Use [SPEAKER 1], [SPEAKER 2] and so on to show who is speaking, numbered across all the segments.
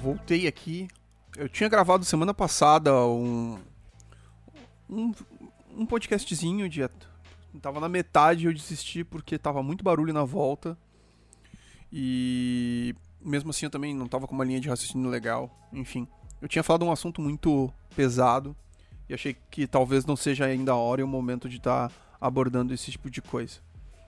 [SPEAKER 1] voltei aqui. Eu tinha gravado semana passada um podcastzinho tava na metade e eu desisti porque tava muito barulho na volta. E mesmo assim eu também não tava com uma linha de raciocínio legal. Enfim, eu tinha falado um assunto muito pesado e achei que talvez não seja ainda a hora e o momento de estar abordando esse tipo de coisa.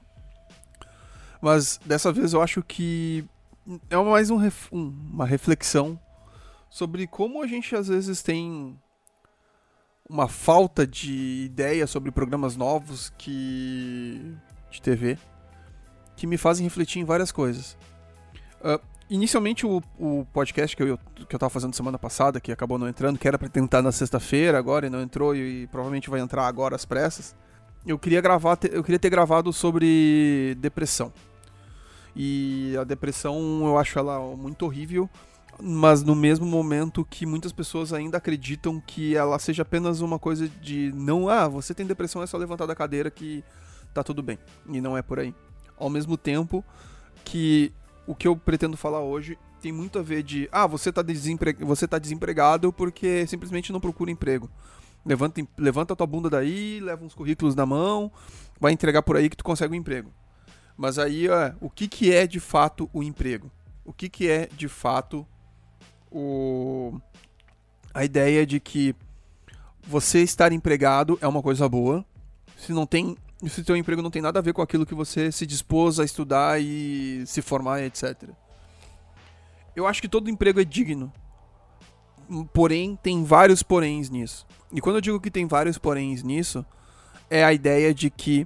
[SPEAKER 1] Mas dessa vez eu acho que é mais uma reflexão sobre como a gente às vezes tem uma falta de ideia sobre programas novos de TV que me fazem refletir em várias coisas. Inicialmente o podcast que eu tava fazendo semana passada, que acabou não entrando, que era pra tentar na sexta-feira agora e não entrou e provavelmente vai entrar agora às pressas, eu queria ter gravado sobre depressão. E a depressão eu acho ela muito horrível, mas no mesmo momento que muitas pessoas ainda acreditam que ela seja apenas uma coisa de não, você tem depressão, é só levantar da cadeira que tá tudo bem. E não é por aí. Ao mesmo tempo que o que eu pretendo falar hoje tem muito a ver de, você tá desempregado porque simplesmente não procura emprego. Levanta a tua bunda daí, leva uns currículos na mão, vai entregar por aí que tu consegue um emprego. Mas aí, o que é de fato o emprego? O que é de fato a ideia de que você estar empregado é uma coisa boa, se teu emprego não tem nada a ver com aquilo que você se dispôs a estudar e se formar, etc. Eu acho que todo emprego é digno. Porém, tem vários poréns nisso. E quando eu digo que tem vários poréns nisso, é a ideia de que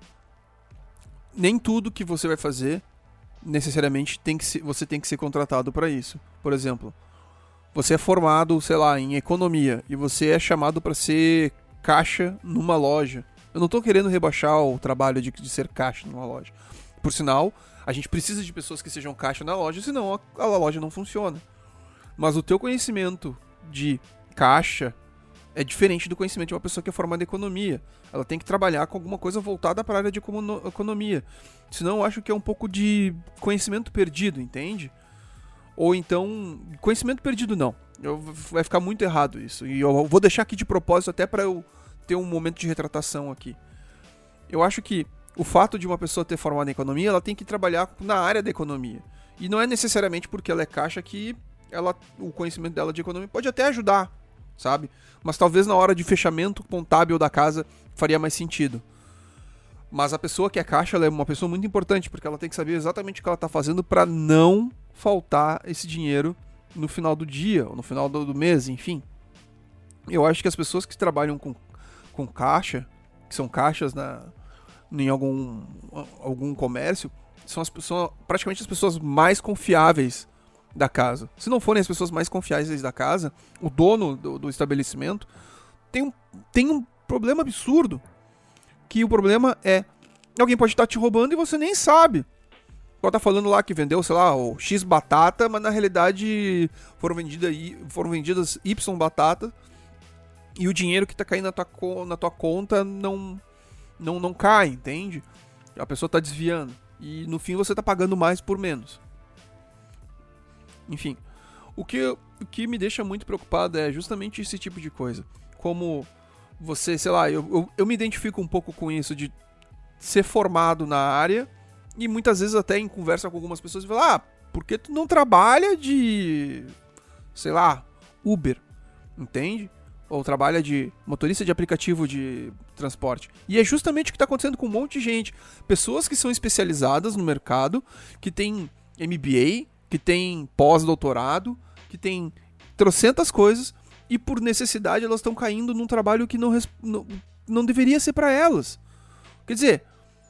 [SPEAKER 1] nem tudo que você vai fazer necessariamente você tem que ser contratado para isso. Por exemplo, você é formado, sei lá, em economia e você é chamado para ser caixa numa loja. Eu não tô querendo rebaixar o trabalho de ser caixa numa loja. Por sinal, a gente precisa de pessoas que sejam caixa na loja, senão a loja não funciona. Mas o teu conhecimento de caixa é diferente do conhecimento de uma pessoa que é formada em economia. Ela tem que trabalhar com alguma coisa voltada para a área de economia. Senão eu acho que é um pouco de conhecimento perdido, entende? Ou então, conhecimento perdido não. Vai ficar muito errado isso. E eu vou deixar aqui de propósito até para eu ter um momento de retratação aqui. Eu acho que o fato de uma pessoa ter formado em economia, ela tem que trabalhar na área da economia. E não é necessariamente porque ela é caixa que o conhecimento dela de economia pode até ajudar, sabe? Mas talvez na hora de fechamento contábil da casa faria mais sentido. Mas a pessoa que é caixa, ela é uma pessoa muito importante, porque ela tem que saber exatamente o que ela está fazendo para não faltar esse dinheiro no final do dia, ou no final do mês, enfim. Eu acho que as pessoas que trabalham com caixa, que são caixas em algum comércio, são praticamente as pessoas mais confiáveis da casa. Se não forem as pessoas mais confiáveis da casa, o dono do estabelecimento tem um problema absurdo. Que o problema é, alguém pode estar te roubando e você nem sabe. Ela tá falando lá que vendeu, sei lá, o X batata, mas na realidade foram vendidas Y batata e o dinheiro que tá caindo na tua conta não cai, entende? A pessoa tá desviando e no fim você tá pagando mais por menos. Enfim, o que me deixa muito preocupado é justamente esse tipo de coisa. Como você, sei lá, eu me identifico um pouco com isso de ser formado na área e muitas vezes até em conversa com algumas pessoas falar, por que tu não trabalha de, sei lá, Uber, entende? Ou trabalha de motorista de aplicativo de transporte. E é justamente o que está acontecendo com um monte de gente. Pessoas que são especializadas no mercado, que tem MBA, que tem pós-doutorado, que tem trocentas coisas, e por necessidade elas estão caindo num trabalho que não deveria ser para elas. Quer dizer,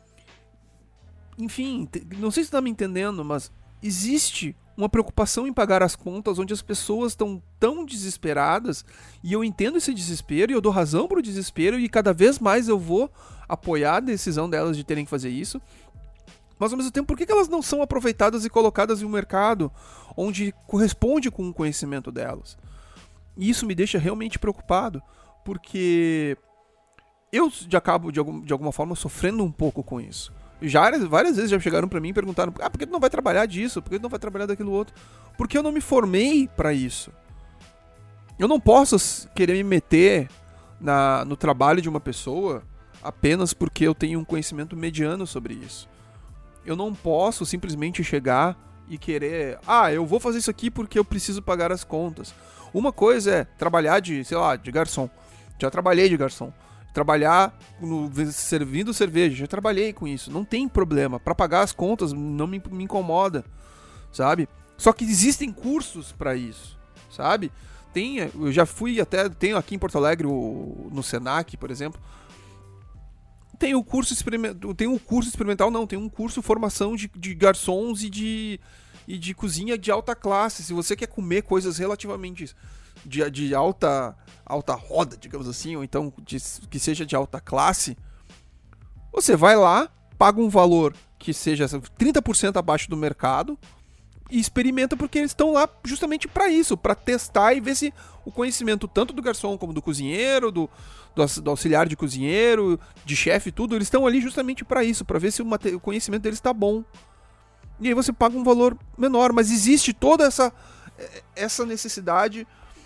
[SPEAKER 1] enfim, não sei se você está me entendendo, mas existe uma preocupação em pagar as contas onde as pessoas estão tão desesperadas, e eu entendo esse desespero e eu dou razão pro desespero e cada vez mais eu vou apoiar a decisão delas de terem que fazer isso. Mas ao mesmo tempo, por que elas não são aproveitadas e colocadas em um mercado onde corresponde com o conhecimento delas? E isso me deixa realmente preocupado, porque eu já acabo de alguma forma sofrendo um pouco com isso. Várias vezes já chegaram pra mim e perguntaram: por que tu não vai trabalhar disso? Por que tu não vai trabalhar daquilo outro? Porque eu não me formei pra isso. Eu não posso querer me meter no trabalho de uma pessoa apenas porque eu tenho um conhecimento mediano sobre isso. Eu não posso simplesmente chegar e querer: eu vou fazer isso aqui porque eu preciso pagar as contas. Uma coisa é trabalhar de garçom. Já trabalhei de garçom. Trabalhar servindo cerveja, já trabalhei com isso. Não tem problema. Pra pagar as contas não me incomoda, sabe? Só que existem cursos pra isso, sabe? Eu já fui até... Tenho aqui em Porto Alegre, no Senac, por exemplo. Tem o curso experimental... Tem um curso experimental, não. Tem um curso formação de garçons e de cozinha de alta classe. Se você quer comer coisas relativamente de alta roda, digamos assim, ou então que seja de alta classe, você vai lá, paga um valor que seja 30% abaixo do mercado e experimenta, porque eles estão lá justamente para isso, para testar e ver se o conhecimento tanto do garçom como do cozinheiro, do auxiliar de cozinheiro, de chefe, tudo, eles estão ali justamente para isso, para ver se o conhecimento deles está bom. E aí você paga um valor menor, mas existe toda essa necessidade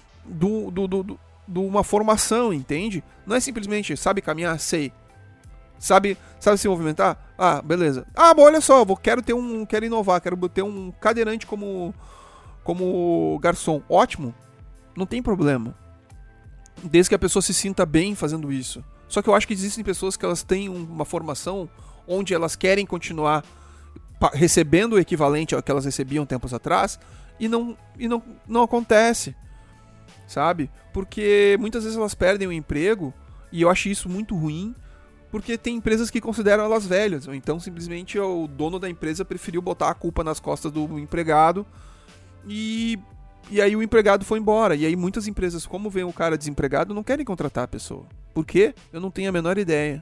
[SPEAKER 1] de uma formação, entende? Não é simplesmente, sabe caminhar, sei. Sabe se movimentar? Beleza. Bom, olha só, quero inovar, quero ter um cadeirante como garçom. Ótimo. Não tem problema. Desde que a pessoa se sinta bem fazendo isso. Só que eu acho que existem pessoas que elas têm uma formação onde elas querem continuar recebendo o equivalente ao que elas recebiam tempos atrás e não acontece. Sabe? Porque muitas vezes elas perdem o emprego e eu acho isso muito ruim, porque tem empresas que consideram elas velhas, ou então simplesmente o dono da empresa preferiu botar a culpa nas costas do empregado e aí o empregado foi embora. E aí muitas empresas, como vem o cara desempregado, não querem contratar a pessoa. Por quê? Eu não tenho a menor ideia.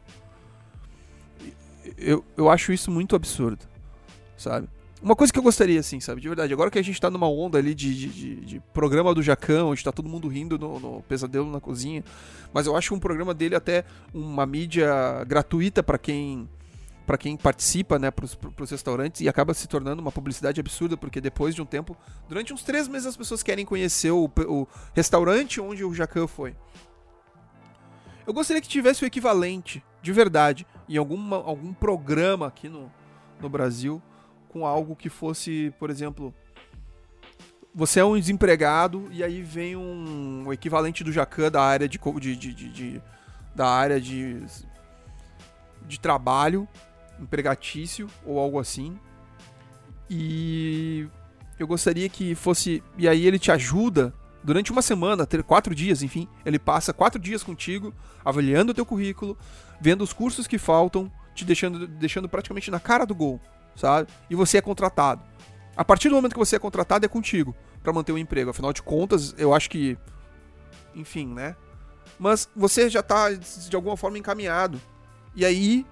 [SPEAKER 1] Eu acho isso muito absurdo, sabe? Uma coisa que eu gostaria, assim, sabe, de verdade, agora que a gente tá numa onda ali de programa do Jacão, onde tá todo mundo rindo no Pesadelo na Cozinha, mas eu acho um programa dele até uma mídia gratuita pra quem participa, né, pros restaurantes, e acaba se tornando uma publicidade absurda, porque depois de um tempo, durante uns 3 meses as pessoas querem conhecer o restaurante onde o Jacão foi. Eu gostaria que tivesse o equivalente, de verdade, em algum programa aqui no Brasil, com algo que fosse, por exemplo, você é um desempregado e aí vem um equivalente do Jacan da área de trabalho empregatício ou algo assim, e eu gostaria que fosse, e aí ele te ajuda durante uma semana, 4 dias, enfim, ele passa 4 dias contigo, avaliando o teu currículo, vendo os cursos que faltam, te deixando praticamente na cara do gol, sabe? E você é contratado. A partir do momento que você é contratado, é contigo pra manter o emprego. Afinal de contas, eu acho que... Enfim, né? Mas você já tá, de alguma forma, encaminhado. E aí,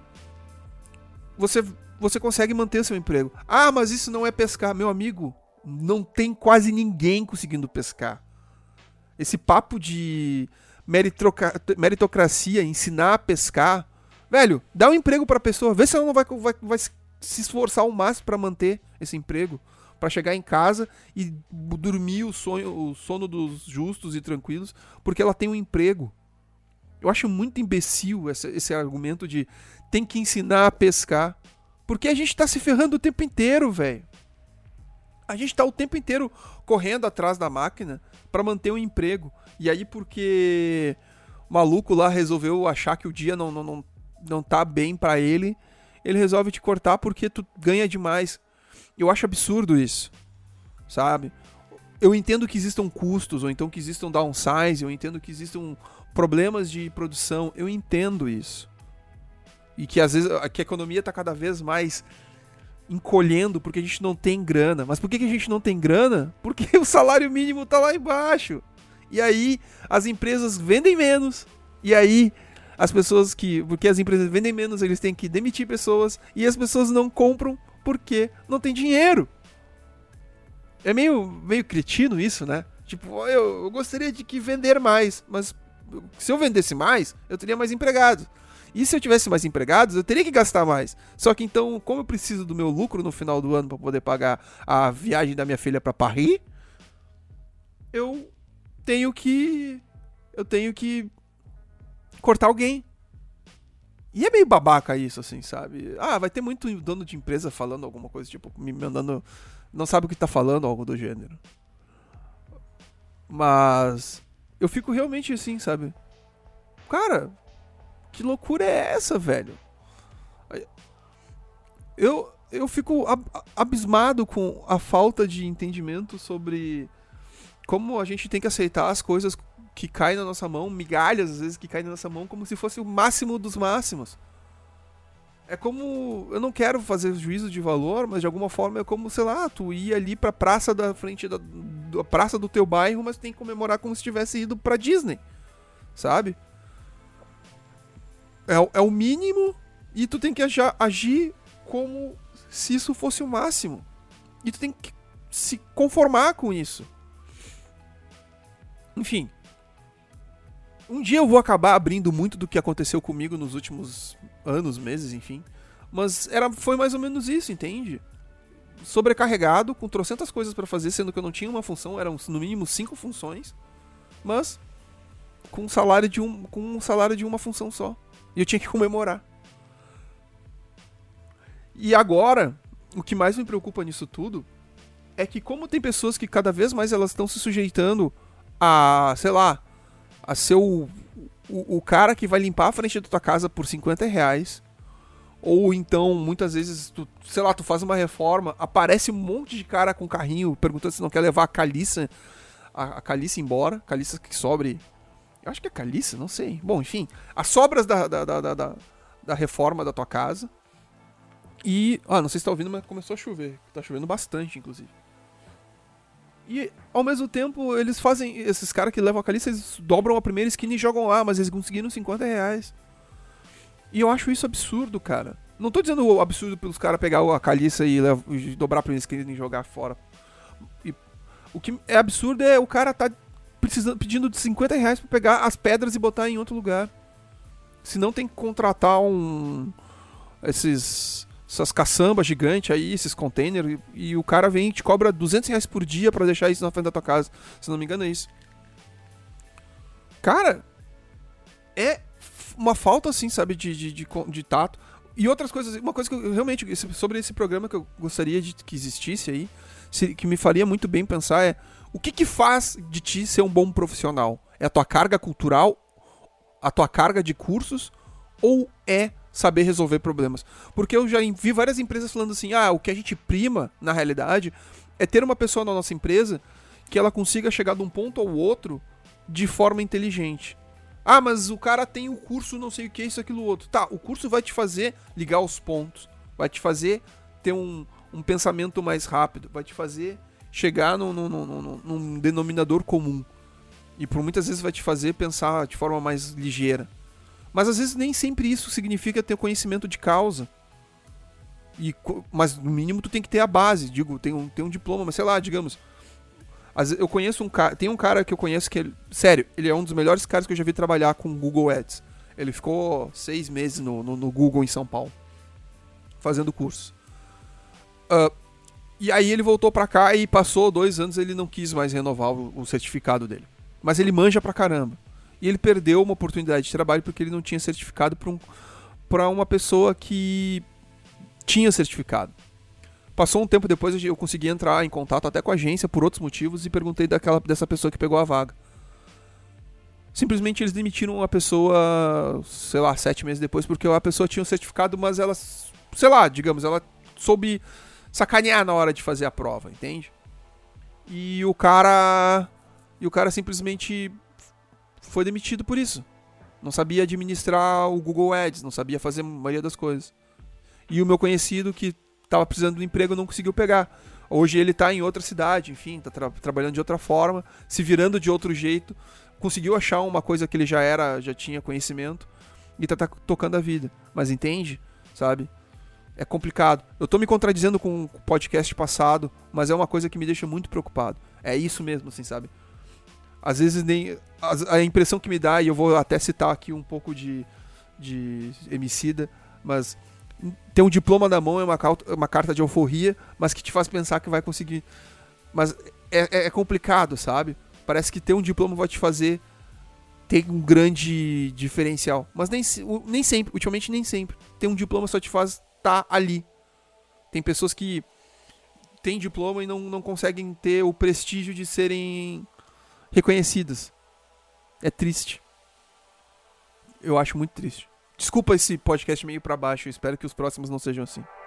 [SPEAKER 1] você consegue manter seu emprego. Mas isso não é pescar. Meu amigo, não tem quase ninguém conseguindo pescar. Esse papo de meritocracia, ensinar a pescar... Velho, dá um emprego pra pessoa. Vê se ela não vai se esforçar ao máximo pra manter esse emprego, pra chegar em casa e dormir o sono dos justos e tranquilos, porque ela tem um emprego. Eu acho muito imbecil esse argumento de tem que ensinar a pescar, porque a gente tá se ferrando o tempo inteiro, velho. A gente tá o tempo inteiro correndo atrás da máquina pra manter o emprego. E aí porque o maluco lá resolveu achar que o dia não tá bem pra ele resolve te cortar porque tu ganha demais. Eu acho absurdo isso, sabe? Eu entendo que existam custos, ou então que existam downsize, eu entendo que existam problemas de produção, eu entendo isso. E que às vezes que a economia tá cada vez mais encolhendo porque a gente não tem grana. Mas por que a gente não tem grana? Porque o salário mínimo tá lá embaixo. E aí as empresas vendem menos. E aí porque as empresas vendem menos, eles têm que demitir pessoas e as pessoas não compram porque não tem dinheiro. É meio cretino isso, né? Tipo, eu gostaria de que vender mais, mas se eu vendesse mais, eu teria mais empregados. E se eu tivesse mais empregados, eu teria que gastar mais. Só que então, como eu preciso do meu lucro no final do ano para poder pagar a viagem da minha filha para Paris, eu tenho que cortar alguém. E é meio babaca isso, assim, sabe? Ah, vai ter muito dono de empresa falando alguma coisa, tipo, me mandando... Não sabe o que tá falando, algo do gênero. Mas... eu fico realmente assim, sabe? Cara, que loucura é essa, velho? Eu fico abismado com a falta de entendimento sobre como a gente tem que aceitar as coisas que caem na nossa mão, migalhas às vezes que caem na nossa mão, como se fosse o máximo dos máximos. É como... eu não quero fazer juízo de valor, mas de alguma forma é como, sei lá, tu ir ali pra praça da frente da praça do teu bairro, mas tem que comemorar como se tivesse ido pra Disney, sabe? É o mínimo e tu tem que agir como se isso fosse o máximo. E tu tem que se conformar com isso. Enfim. Um dia eu vou acabar abrindo muito do que aconteceu comigo nos últimos anos, meses, enfim. Mas foi mais ou menos isso, entende? Sobrecarregado, com trocentas coisas pra fazer, sendo que eu não tinha uma função, eram no mínimo 5 funções. Mas com um salário de uma função só. E eu tinha que comemorar. E agora, o que mais me preocupa nisso tudo é que como tem pessoas que cada vez mais elas estão se sujeitando a, sei lá, a ser o cara que vai limpar a frente da tua casa por R$50. Ou então, muitas vezes, tu faz uma reforma, aparece um monte de cara com carrinho perguntando se não quer levar a caliça embora. Caliça que sobre... eu acho que é caliça, não sei. Bom, enfim, as sobras da reforma da tua casa. E, não sei se tá ouvindo, mas começou a chover. Tá chovendo bastante, inclusive. E, ao mesmo tempo, eles fazem... esses caras que levam a caliça, eles dobram a primeira esquina e jogam lá, mas eles conseguiram R$50. E eu acho isso absurdo, cara. Não tô dizendo o absurdo pelos caras pegar a caliça e dobrar a primeira esquina e jogar fora. E o que é absurdo é o cara tá pedindo de R$50 pra pegar as pedras e botar em outro lugar. Se não, tem que contratar essas caçambas gigantes aí, esses containers, e o cara vem e te cobra R$200 por dia pra deixar isso na frente da tua casa. Se não me engano é isso. Cara, é uma falta, assim, sabe, de tato. E outras coisas, uma coisa que eu realmente, sobre esse programa que eu gostaria que existisse aí, que me faria muito bem pensar é, o que faz de ti ser um bom profissional? É a tua carga cultural? A tua carga de cursos? Ou é saber resolver problemas? Porque eu já vi várias empresas falando assim, o que a gente prima, na realidade, é ter uma pessoa na nossa empresa que ela consiga chegar de um ponto ao outro de forma inteligente. Mas o cara tem o curso não sei o que, isso, aquilo, outro. Tá, o curso vai te fazer ligar os pontos, vai te fazer ter um pensamento mais rápido, vai te fazer chegar num denominador comum. E por muitas vezes vai te fazer pensar de forma mais ligeira. Mas às vezes nem sempre isso significa ter conhecimento de causa. Mas no mínimo tu tem que ter a base, tem um diploma, mas sei lá, digamos... eu conheço um cara, tem um cara que eu conheço que sério, ele é um dos melhores caras que eu já vi trabalhar com Google Ads. Ele ficou 6 meses no Google em São Paulo, fazendo curso. E aí ele voltou pra cá e passou 2 anos, ele não quis mais renovar o certificado dele. Mas ele manja pra caramba. E ele perdeu uma oportunidade de trabalho porque ele não tinha certificado pra uma pessoa que tinha certificado. Passou um tempo depois, eu consegui entrar em contato até com a agência por outros motivos e perguntei dessa pessoa que pegou a vaga. Simplesmente eles demitiram a pessoa, sei lá, 7 meses depois, porque a pessoa tinha um certificado, mas ela, sei lá, digamos, ela soube sacanear na hora de fazer a prova, entende? E o cara simplesmente foi demitido por isso. Não sabia administrar o Google Ads, não sabia fazer a maioria das coisas. E o meu conhecido que tava precisando de um emprego não conseguiu pegar. Hoje ele tá em outra cidade, enfim, tá trabalhando de outra forma, se virando de outro jeito, conseguiu achar uma coisa que ele já tinha conhecimento e tá tocando a vida. Mas entende? Sabe? É complicado. Eu tô me contradizendo com o podcast passado, mas é uma coisa que me deixa muito preocupado. É isso mesmo, assim, sabe? Às vezes nem... a impressão que me dá, e eu vou até citar aqui um pouco de Emicida, mas ter um diploma na mão é uma carta de alforria, mas que te faz pensar que vai conseguir. Mas é complicado, sabe? Parece que ter um diploma vai te fazer ter um grande diferencial. Mas nem sempre, ultimamente nem sempre. Ter um diploma só te faz estar ali. Tem pessoas que têm diploma e não conseguem ter o prestígio de serem reconhecidas. É triste. Eu acho muito triste. Desculpa esse podcast meio pra baixo, eu espero que os próximos não sejam assim.